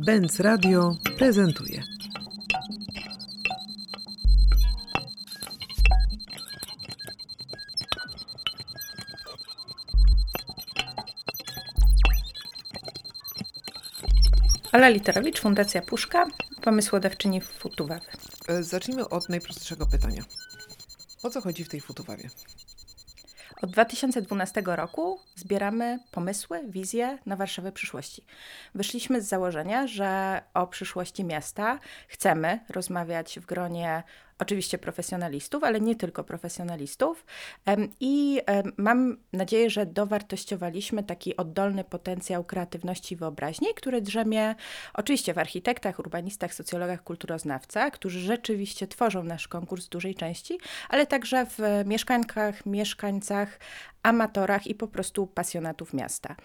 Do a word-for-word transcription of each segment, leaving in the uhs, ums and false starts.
Benz Radio prezentuje. Ola Literowicz, Fundacja Puszka, pomysłodawczyni Futuwawy. Zacznijmy od najprostszego pytania. O co chodzi w tej Futuwawie? Od dwa tysiące dwunastego roku zbieramy pomysły, wizje na Warszawę przyszłości. Wyszliśmy z założenia, że o przyszłości miasta chcemy rozmawiać w gronie oczywiście profesjonalistów, ale nie tylko profesjonalistów. I mam nadzieję, że dowartościowaliśmy taki oddolny potencjał kreatywności i wyobraźni, który drzemie oczywiście w architektach, urbanistach, socjologach, kulturoznawcach, którzy rzeczywiście tworzą nasz konkurs w dużej części, ale także w mieszkankach, mieszkańcach, amatorach i po prostu pasjonatów miasta.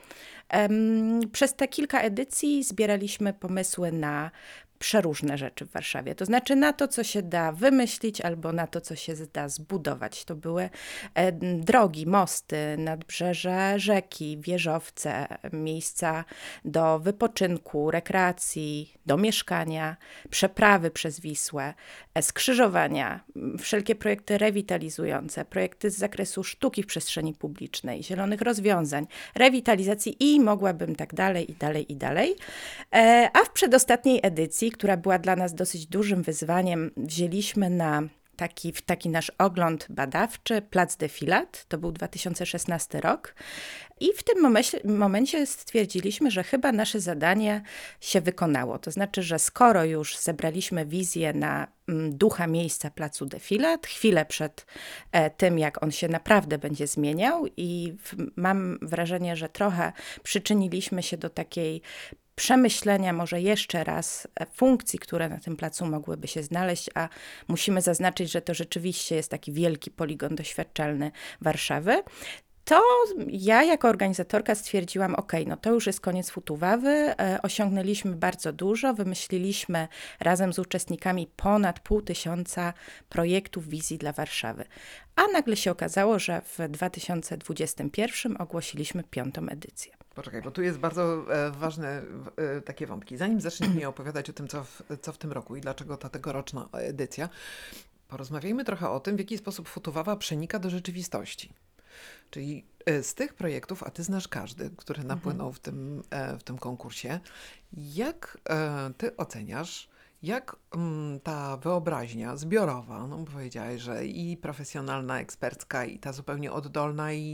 Przez te kilka edycji zbieraliśmy pomysły na przeróżne rzeczy w Warszawie. To znaczy na to, co się da wymyślić albo na to, co się da zbudować. To były e, drogi, mosty, nadbrzeże rzeki, wieżowce, miejsca do wypoczynku, rekreacji, do mieszkania, przeprawy przez Wisłę, e, skrzyżowania, wszelkie projekty rewitalizujące, projekty z zakresu sztuki w przestrzeni publicznej, zielonych rozwiązań, rewitalizacji i mogłabym tak dalej i dalej i dalej. E, a w przedostatniej edycji, która była dla nas dosyć dużym wyzwaniem, wzięliśmy na taki, taki nasz ogląd badawczy Plac Defilat, to był dwa tysiące szesnasty rok. I w tym momencie, momencie stwierdziliśmy, że chyba nasze zadanie się wykonało. To znaczy, że skoro już zebraliśmy wizję na ducha miejsca Placu Defilat, chwilę przed e, tym, jak on się naprawdę będzie zmieniał i w, mam wrażenie, że trochę przyczyniliśmy się do takiej przemyślenia może jeszcze raz funkcji, które na tym placu mogłyby się znaleźć, a musimy zaznaczyć, że to rzeczywiście jest taki wielki poligon doświadczalny Warszawy. To ja jako organizatorka stwierdziłam, ok, no to już jest koniec Futuwawy, e, osiągnęliśmy bardzo dużo, wymyśliliśmy razem z uczestnikami ponad pół tysiąca projektów wizji dla Warszawy. A nagle się okazało, że w dwa tysiące dwudziestym pierwszym ogłosiliśmy piątą edycję. Poczekaj, bo tu jest bardzo e, ważne e, takie wątki. Zanim zaczniesz mi opowiadać o tym, co w, co w tym roku i dlaczego ta tegoroczna edycja, porozmawiajmy trochę o tym, w jaki sposób Futuwawa przenika do rzeczywistości. Czyli z tych projektów, a ty znasz każdy, który napłynął w tym, w tym konkursie, jak ty oceniasz, jak ta wyobraźnia zbiorowa, no powiedziałaś, że i profesjonalna, ekspercka, i ta zupełnie oddolna, i,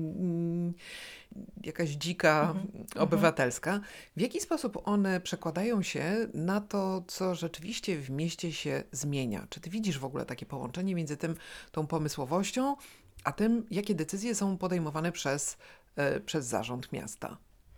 i jakaś dzika, mm-hmm. obywatelska, w jaki sposób one przekładają się na to, co rzeczywiście w mieście się zmienia? Czy ty widzisz w ogóle takie połączenie między tym, tą pomysłowością, a tym, jakie decyzje są podejmowane przez, e, przez zarząd miasta?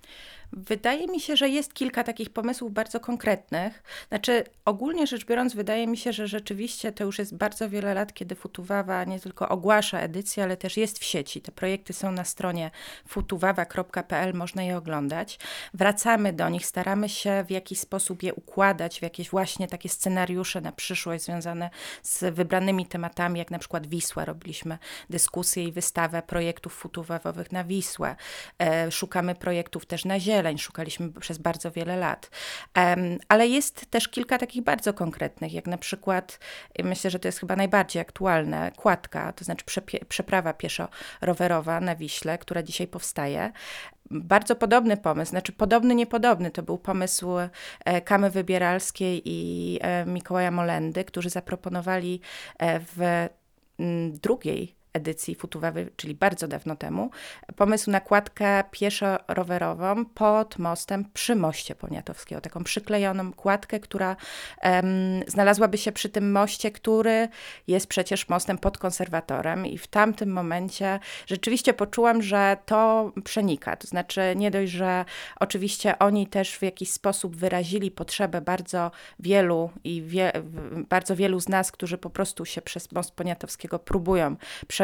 Wydaje mi się, że jest kilka takich pomysłów bardzo konkretnych. Znaczy, ogólnie rzecz biorąc, wydaje mi się, że rzeczywiście to już jest bardzo wiele lat, kiedy Futuwawa nie tylko ogłasza edycję, ale też jest w sieci. Te projekty są na stronie futuwawa kropka p l, można je oglądać. Wracamy do nich, staramy się w jakiś sposób je układać w jakieś właśnie takie scenariusze na przyszłość związane z wybranymi tematami, jak na przykład Wisła. Robiliśmy dyskusję i wystawę projektów futuwawowych na Wisłę. E, szukamy projektów też na zieleń. Szukaliśmy przez bardzo wiele lat. Um, ale jest też kilka takich bardzo konkretnych, jak na przykład, myślę, że to jest chyba najbardziej aktualne, Kładka, to znaczy przepie- przeprawa pieszo-rowerowa na Wiśle, która dzisiaj powstaje. Bardzo podobny pomysł, znaczy podobny, niepodobny, to był pomysł Kamy Wybieralskiej i Mikołaja Molendy, którzy zaproponowali w drugiej edycji Futuwawy, czyli bardzo dawno temu, pomysł na kładkę pieszo-rowerową pod mostem przy moście Poniatowskiego. Taką przyklejoną kładkę, która um, znalazłaby się przy tym moście, który jest przecież mostem pod konserwatorem i w tamtym momencie rzeczywiście poczułam, że to przenika. To znaczy nie dość, że oczywiście oni też w jakiś sposób wyrazili potrzebę bardzo wielu i wie, bardzo wielu z nas, którzy po prostu się przez most Poniatowskiego próbują przemieszczać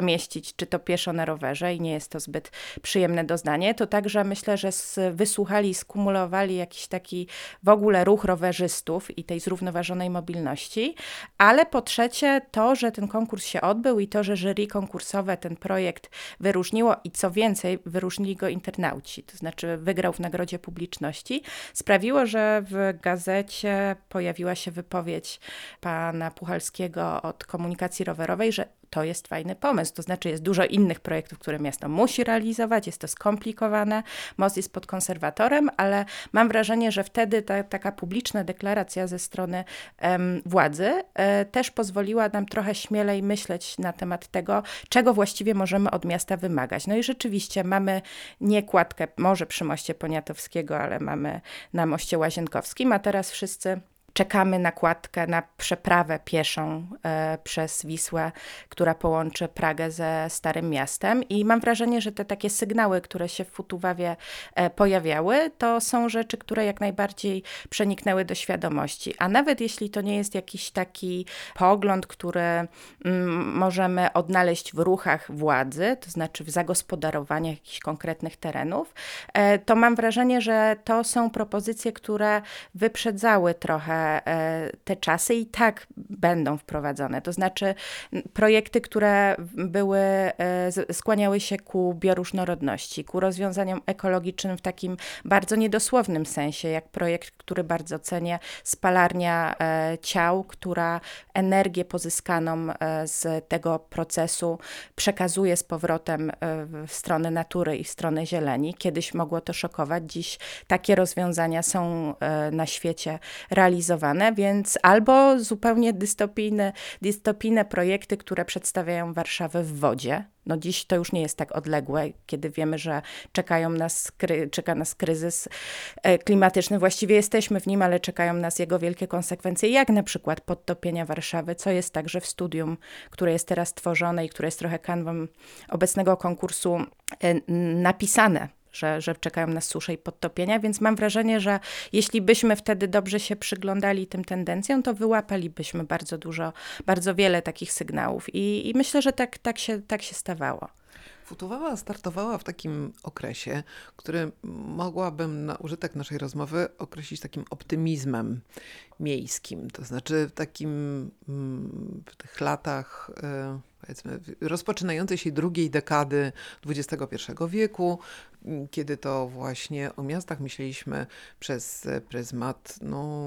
przemieścić, czy to pieszo na rowerze i nie jest to zbyt przyjemne doznanie, to także myślę, że wysłuchali, skumulowali jakiś taki w ogóle ruch rowerzystów i tej zrównoważonej mobilności, ale po trzecie to, że ten konkurs się odbył i to, że jury konkursowe ten projekt wyróżniło i co więcej, wyróżnili go internauci, to znaczy wygrał w nagrodzie publiczności, sprawiło, że w gazecie pojawiła się wypowiedź pana Puchalskiego od Komunikacji Rowerowej, że to jest fajny pomysł, to znaczy jest dużo innych projektów, które miasto musi realizować, jest to skomplikowane, most jest pod konserwatorem, ale mam wrażenie, że wtedy ta, taka publiczna deklaracja ze strony em, władzy e, też pozwoliła nam trochę śmielej myśleć na temat tego, czego właściwie możemy od miasta wymagać. No i rzeczywiście mamy nie kładkę może przy moście Poniatowskiego, ale mamy na moście Łazienkowskim, a teraz wszyscy czekamy na kładkę, na przeprawę pieszą e, przez Wisłę, która połączy Pragę ze Starym Miastem. I mam wrażenie, że te takie sygnały, które się w Futuwawie e, pojawiały, to są rzeczy, które jak najbardziej przeniknęły do świadomości. A nawet jeśli to nie jest jakiś taki pogląd, który mm, możemy odnaleźć w ruchach władzy, to znaczy w zagospodarowaniach jakichś konkretnych terenów, e, to mam wrażenie, że to są propozycje, które wyprzedzały trochę te czasy i tak będą wprowadzone. To znaczy projekty, które były, skłaniały się ku bioróżnorodności, ku rozwiązaniom ekologicznym w takim bardzo niedosłownym sensie, jak projekt, który bardzo cenię, spalarnia ciał, która energię pozyskaną z tego procesu przekazuje z powrotem w stronę natury i w stronę zieleni. Kiedyś mogło to szokować, dziś takie rozwiązania są na świecie realizowane, więc albo zupełnie dystopijne, dystopijne projekty, które przedstawiają Warszawę w wodzie. No dziś to już nie jest tak odległe, kiedy wiemy, że czekają nas, czeka nas kryzys klimatyczny. Właściwie jesteśmy w nim, ale czekają nas jego wielkie konsekwencje, jak na przykład podtopienia Warszawy, co jest także w studium, które jest teraz tworzone i które jest trochę kanwą obecnego konkursu napisane. Że, że czekają nas susze i podtopienia, więc mam wrażenie, że jeśli byśmy wtedy dobrze się przyglądali tym tendencjom, to wyłapalibyśmy bardzo dużo, bardzo wiele takich sygnałów i, i myślę, że tak, tak, się, tak się stawało. Futuwawa startowała w takim okresie, który mogłabym na użytek naszej rozmowy określić takim optymizmem miejskim. To znaczy w takim, w tych latach, powiedzmy, rozpoczynającej się drugiej dekady dwudziestego pierwszego wieku, kiedy to właśnie o miastach myśleliśmy przez pryzmat no,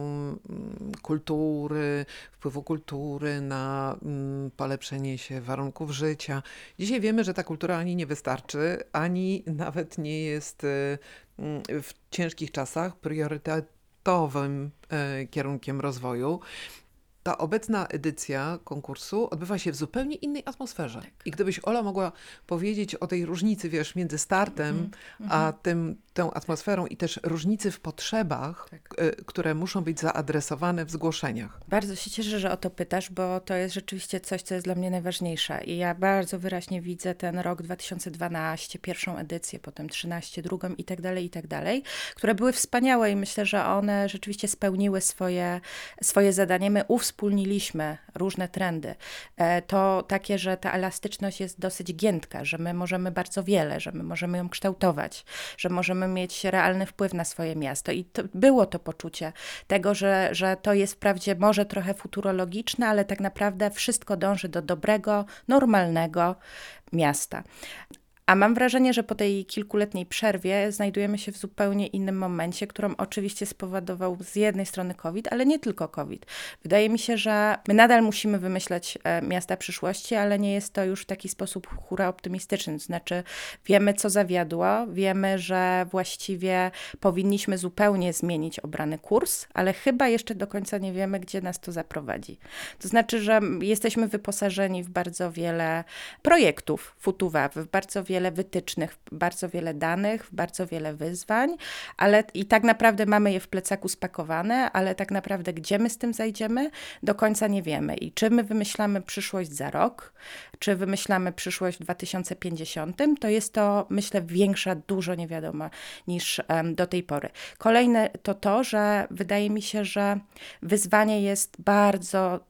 kultury, wpływu kultury na polepszenie się warunków życia. Dzisiaj wiemy, że ta kultura ani nie wystarczy, ani nawet nie jest w ciężkich czasach priorytetowym kierunkiem rozwoju. Ta obecna edycja konkursu odbywa się w zupełnie innej atmosferze. Tak. I gdybyś, Ola, mogła powiedzieć o tej różnicy, wiesz, między startem, mm-hmm. a tym, tą atmosferą i też różnicy w potrzebach, tak. y, które muszą być zaadresowane w zgłoszeniach. Bardzo się cieszę, że o to pytasz, bo to jest rzeczywiście coś, co jest dla mnie najważniejsze. I ja bardzo wyraźnie widzę ten rok dwa tysiące dwunasty, pierwszą edycję, potem trzynaście, drugą i tak dalej, i tak dalej, które były wspaniałe i myślę, że one rzeczywiście spełniły swoje, swoje zadanie. My uwspólniliśmy różne trendy. To takie, że ta elastyczność jest dosyć giętka, że my możemy bardzo wiele, że my możemy ją kształtować, że możemy mieć realny wpływ na swoje miasto. I to, było to poczucie tego, że, że to jest wprawdzie może trochę futurologiczne, ale tak naprawdę wszystko dąży do dobrego, normalnego miasta. A mam wrażenie, że po tej kilkuletniej przerwie znajdujemy się w zupełnie innym momencie, którą oczywiście spowodował z jednej strony COVID, ale nie tylko COVID. Wydaje mi się, że my nadal musimy wymyślać miasta przyszłości, ale nie jest to już w taki sposób hura optymistyczny. To znaczy wiemy, co zawiodło, wiemy, że właściwie powinniśmy zupełnie zmienić obrany kurs, ale chyba jeszcze do końca nie wiemy, gdzie nas to zaprowadzi. To znaczy, że jesteśmy wyposażeni w bardzo wiele projektów Futuwawy, w bardzo wiele wiele wytycznych, bardzo wiele danych, bardzo wiele wyzwań, ale i tak naprawdę mamy je w plecaku spakowane, ale tak naprawdę gdzie my z tym zajdziemy, do końca nie wiemy. I czy my wymyślamy przyszłość za rok, czy wymyślamy przyszłość w dwa tysiące pięćdziesiątym, to jest to, myślę, większa, dużo niewiadoma niż um, do tej pory. Kolejne to to, że wydaje mi się, że wyzwanie jest bardzo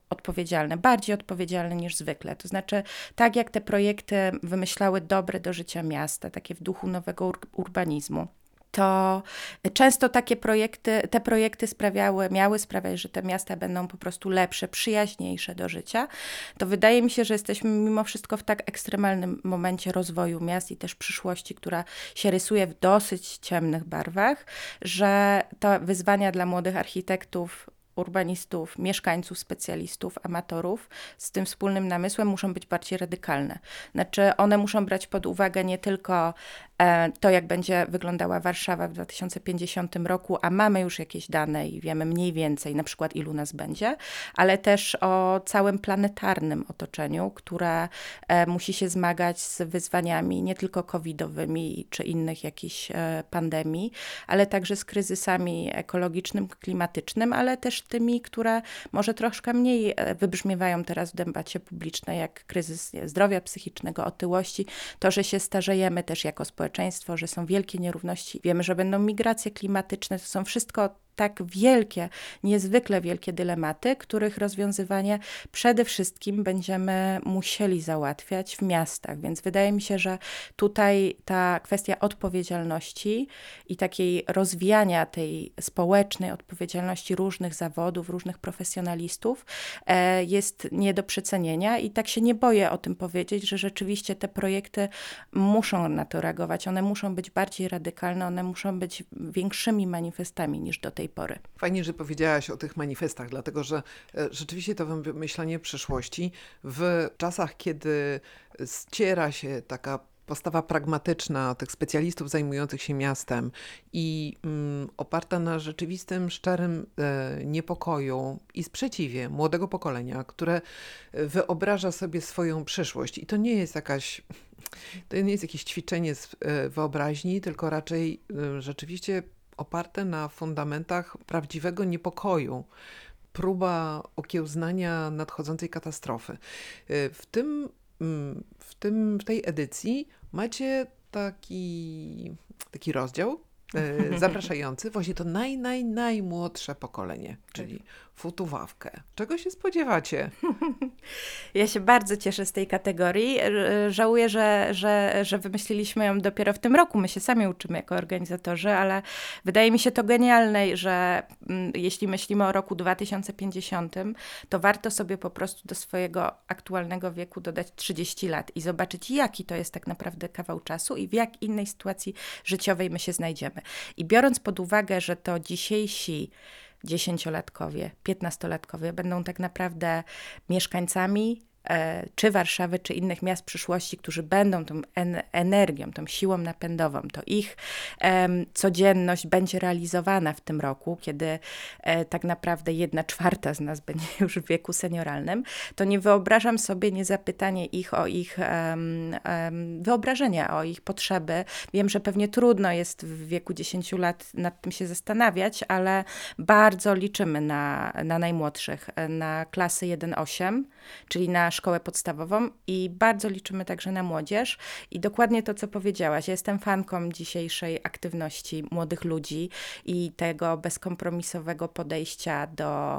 odpowiedzialne, bardziej odpowiedzialne niż zwykle. To znaczy, tak jak te projekty wymyślały dobre do życia miasta, takie w duchu nowego ur- urbanizmu, to często takie projekty, te projekty sprawiały, miały sprawiać, że te miasta będą po prostu lepsze, przyjaźniejsze do życia. To wydaje mi się, że jesteśmy mimo wszystko w tak ekstremalnym momencie rozwoju miast i też przyszłości, która się rysuje w dosyć ciemnych barwach, że te wyzwania dla młodych architektów, urbanistów, mieszkańców, specjalistów, amatorów z tym wspólnym namysłem muszą być bardziej radykalne. Znaczy one muszą brać pod uwagę nie tylko e, to, jak będzie wyglądała Warszawa w dwa tysiące pięćdziesiątym roku, a mamy już jakieś dane i wiemy mniej więcej, na przykład ilu nas będzie, ale też o całym planetarnym otoczeniu, które e, musi się zmagać z wyzwaniami nie tylko covidowymi czy innych jakichś e, pandemii, ale także z kryzysami ekologicznym, klimatycznym, ale też tymi, które może troszkę mniej wybrzmiewają teraz w debacie publicznej, jak kryzys zdrowia psychicznego, otyłości, to, że się starzejemy też jako społeczeństwo, że są wielkie nierówności. Wiemy, że będą migracje klimatyczne, to są wszystko tak wielkie, niezwykle wielkie dylematy, których rozwiązywanie przede wszystkim będziemy musieli załatwiać w miastach. Więc wydaje mi się, że tutaj ta kwestia odpowiedzialności i takiej rozwijania tej społecznej odpowiedzialności różnych zawodów, różnych profesjonalistów e, jest nie do przecenienia i tak się nie boję o tym powiedzieć, że rzeczywiście te projekty muszą na to reagować. One muszą być bardziej radykalne, one muszą być większymi manifestami niż do tej pory. Fajnie, że powiedziałaś o tych manifestach, dlatego że e, rzeczywiście to wymyślanie przyszłości w czasach, kiedy ściera się taka postawa pragmatyczna tych specjalistów zajmujących się miastem i mm, oparta na rzeczywistym, szczerym e, niepokoju i sprzeciwie młodego pokolenia, które wyobraża sobie swoją przyszłość. I to nie jest jakaś, to nie jest jakieś ćwiczenie z e, wyobraźni, tylko raczej e, rzeczywiście oparte na fundamentach prawdziwego niepokoju. Próba okiełznania nadchodzącej katastrofy. W tym, w tym, w tej edycji macie taki, taki rozdział e, zapraszający właśnie to naj, naj, najmłodsze pokolenie, czyli futowawkę. Czego się spodziewacie? Ja się bardzo cieszę z tej kategorii. Żałuję, że, że, że wymyśliliśmy ją dopiero w tym roku. My się sami uczymy jako organizatorzy, ale wydaje mi się to genialne, że m, jeśli myślimy o roku dwa tysiące pięćdziesiątym, to warto sobie po prostu do swojego aktualnego wieku dodać trzydzieści lat i zobaczyć, jaki to jest tak naprawdę kawał czasu i w jak innej sytuacji życiowej my się znajdziemy. I biorąc pod uwagę, że to dzisiejsi dziesięciolatkowie, piętnastolatkowie będą tak naprawdę mieszkańcami e, czy Warszawy, czy innych miast przyszłości, którzy będą tą en- energią, tą siłą napędową, to ich em, codzienność będzie realizowana w tym roku, kiedy e, tak naprawdę jedna czwarta z nas będzie już w wieku senioralnym, to nie wyobrażam sobie niezapytanie ich o ich em, em, wyobrażenia, o ich potrzeby. Wiem, że pewnie trudno jest w wieku dziesięciu lat nad tym się zastanawiać, ale bardzo liczymy na, na najmłodszych, na klasy jeden osiem, czyli na szkołę podstawową i bardzo liczymy także na młodzież i dokładnie to, co powiedziałaś. Ja jestem fanką dzisiejszej aktywności młodych ludzi i tego bezkompromisowego podejścia do,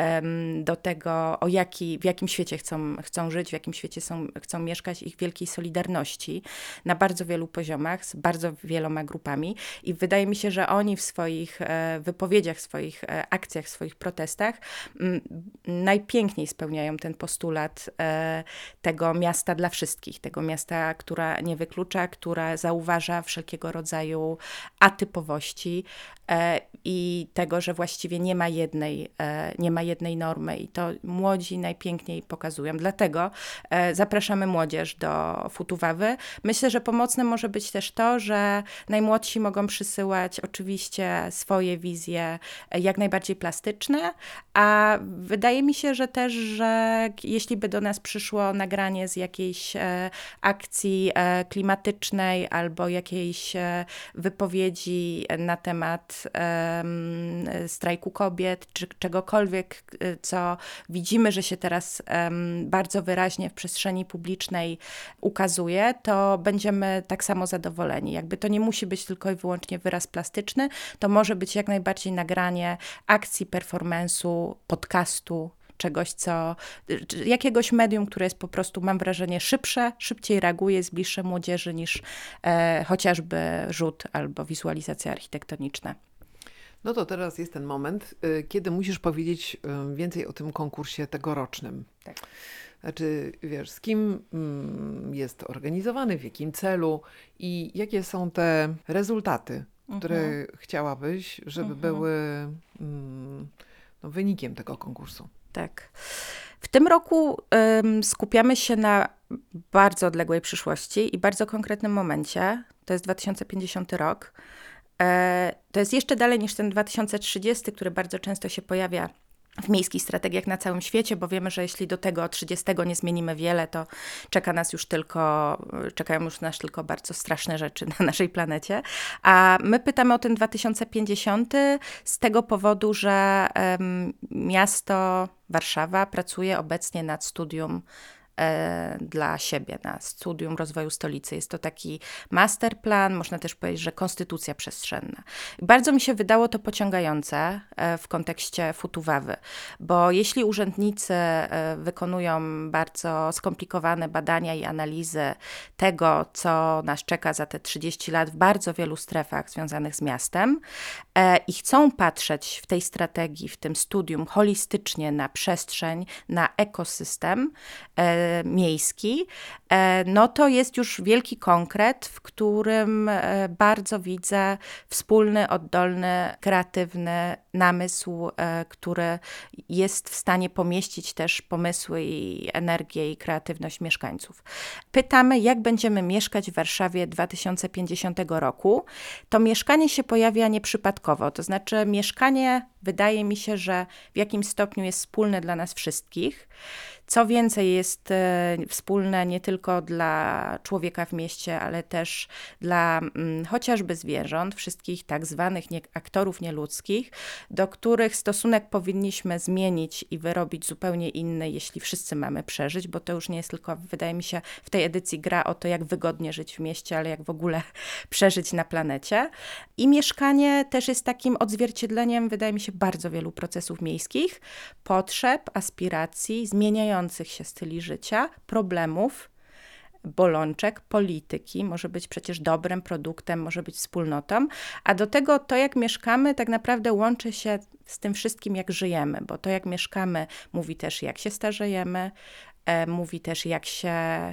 em, do tego, o jaki, w jakim świecie chcą, chcą żyć, w jakim świecie są, chcą mieszkać, ich wielkiej solidarności na bardzo wielu poziomach, z bardzo wieloma grupami i wydaje mi się, że oni w swoich e, wypowiedziach, swoich e, akcjach, swoich protestach m, najpiękniej spełniają ten postulat e, tego miasta dla wszystkich, tego miasta, która nie wyklucza, która zauważa wszelkiego rodzaju atypowości e, i tego, że właściwie nie ma jednej, e, nie ma jednej normy i to młodzi najpiękniej pokazują. Dlatego e, zapraszamy młodzież do Futuwawy. Myślę, że pomocne może być też to, że najmłodsi mogą przysyłać oczywiście swoje wizje e, jak najbardziej plastyczne, a wydaje mi się, że też, że jeśli by do nas przyszło nagranie z jakiejś e, akcji e, klimatycznej albo jakiejś e, wypowiedzi na temat e, strajku kobiet, czy czegokolwiek, e, co widzimy, że się teraz e, bardzo wyraźnie w przestrzeni publicznej ukazuje, to będziemy tak samo zadowoleni. Jakby to nie musi być tylko i wyłącznie wyraz plastyczny, to może być jak najbardziej nagranie akcji, performance'u, podcastu, czegoś, co, jakiegoś medium, które jest po prostu, mam wrażenie, szybsze, szybciej reaguje, jest bliższe młodzieży niż e, chociażby rzut albo wizualizacja architektoniczna. No to teraz jest ten moment, y, kiedy musisz powiedzieć y, więcej o tym konkursie tegorocznym. Tak. Znaczy, wiesz, z kim mm, jest organizowany, w jakim celu i jakie są te rezultaty, które Mhm. chciałabyś, żeby Mhm. były mm, no, wynikiem tego konkursu. Tak. W tym roku ym, skupiamy się na bardzo odległej przyszłości i bardzo konkretnym momencie. To jest dwa tysiące pięćdziesiąty rok. E, to jest jeszcze dalej niż ten dwa tysiące trzydziesty, który bardzo często się pojawia w miejskich strategiach na całym świecie, bo wiemy, że jeśli do tego trzydziestego nie zmienimy wiele, to czeka nas już tylko, czekają już nas tylko bardzo straszne rzeczy na naszej planecie. A my pytamy o ten dwa tysiące pięćdziesiąty z tego powodu, że um, miasto Warszawa pracuje obecnie nad studium e, dla siebie, na studium rozwoju stolicy. Jest to taki masterplan, można też powiedzieć, że konstytucja przestrzenna. I bardzo mi się wydało to pociągające e, w kontekście Futuwawy, bo jeśli urzędnicy e, wykonują bardzo skomplikowane badania i analizy tego, co nas czeka za te trzydzieści lat w bardzo wielu strefach związanych z miastem e, i chcą patrzeć w tej strategii, w tym studium holistycznie na przestrzeń, na ekosystem e, miejski, e, no to jest już wielki konkret, w którym e, bardzo widzę wspólny, oddolny, kreatywny namysł, e, który jest w stanie pomieścić też pomysły i energię i kreatywność mieszkańców. Pytamy, jak będziemy mieszkać w Warszawie dwa tysiące pięćdziesiątego roku. To mieszkanie się pojawia nieprzypadkowo, to znaczy mieszkanie wydaje mi się, że w jakimś stopniu jest wspólne dla nas wszystkich. Co więcej, jest e, wspólne nie tylko dla człowieka w mieście, ale też dla mm, chociażby zwierząt, wszystkich tak zwanych nie, aktorów nieludzkich, do których stosunek powinniśmy zmienić i wyrobić zupełnie inny, jeśli wszyscy mamy przeżyć, bo to już nie jest tylko, wydaje mi się, w tej edycji gra o to, jak wygodnie żyć w mieście, ale jak w ogóle przeżyć na planecie. I mieszkanie też jest takim odzwierciedleniem, wydaje mi się, bardzo wielu procesów miejskich, potrzeb, aspiracji, zmieniających się styli życia, problemów, bolączek, polityki, może być przecież dobrem, produktem, może być wspólnotą, a do tego to, jak mieszkamy, tak naprawdę łączy się z tym wszystkim, jak żyjemy, bo to, jak mieszkamy, mówi też, jak się starzejemy, e, mówi też, jak się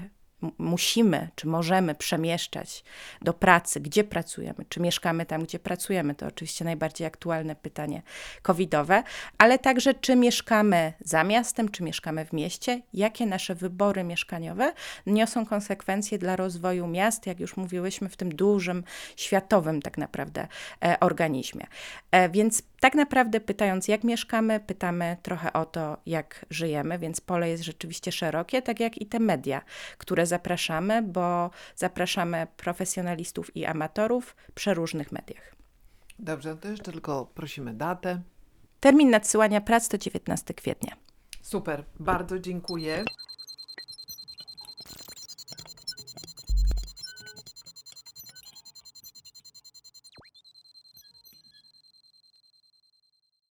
musimy, czy możemy przemieszczać do pracy, gdzie pracujemy, czy mieszkamy tam, gdzie pracujemy, to oczywiście najbardziej aktualne pytanie covidowe, ale także czy mieszkamy za miastem, czy mieszkamy w mieście, jakie nasze wybory mieszkaniowe niosą konsekwencje dla rozwoju miast, jak już mówiłyśmy, w tym dużym, światowym tak naprawdę e, organizmie. E, więc tak naprawdę pytając, jak mieszkamy, pytamy trochę o to, jak żyjemy, więc pole jest rzeczywiście szerokie, tak jak i te media, które zapraszamy, bo zapraszamy profesjonalistów i amatorów w przeróżnych mediach. Dobrze, to jeszcze tylko prosimy datę. Termin nadsyłania prac to dziewiętnastego kwietnia. Super, bardzo dziękuję.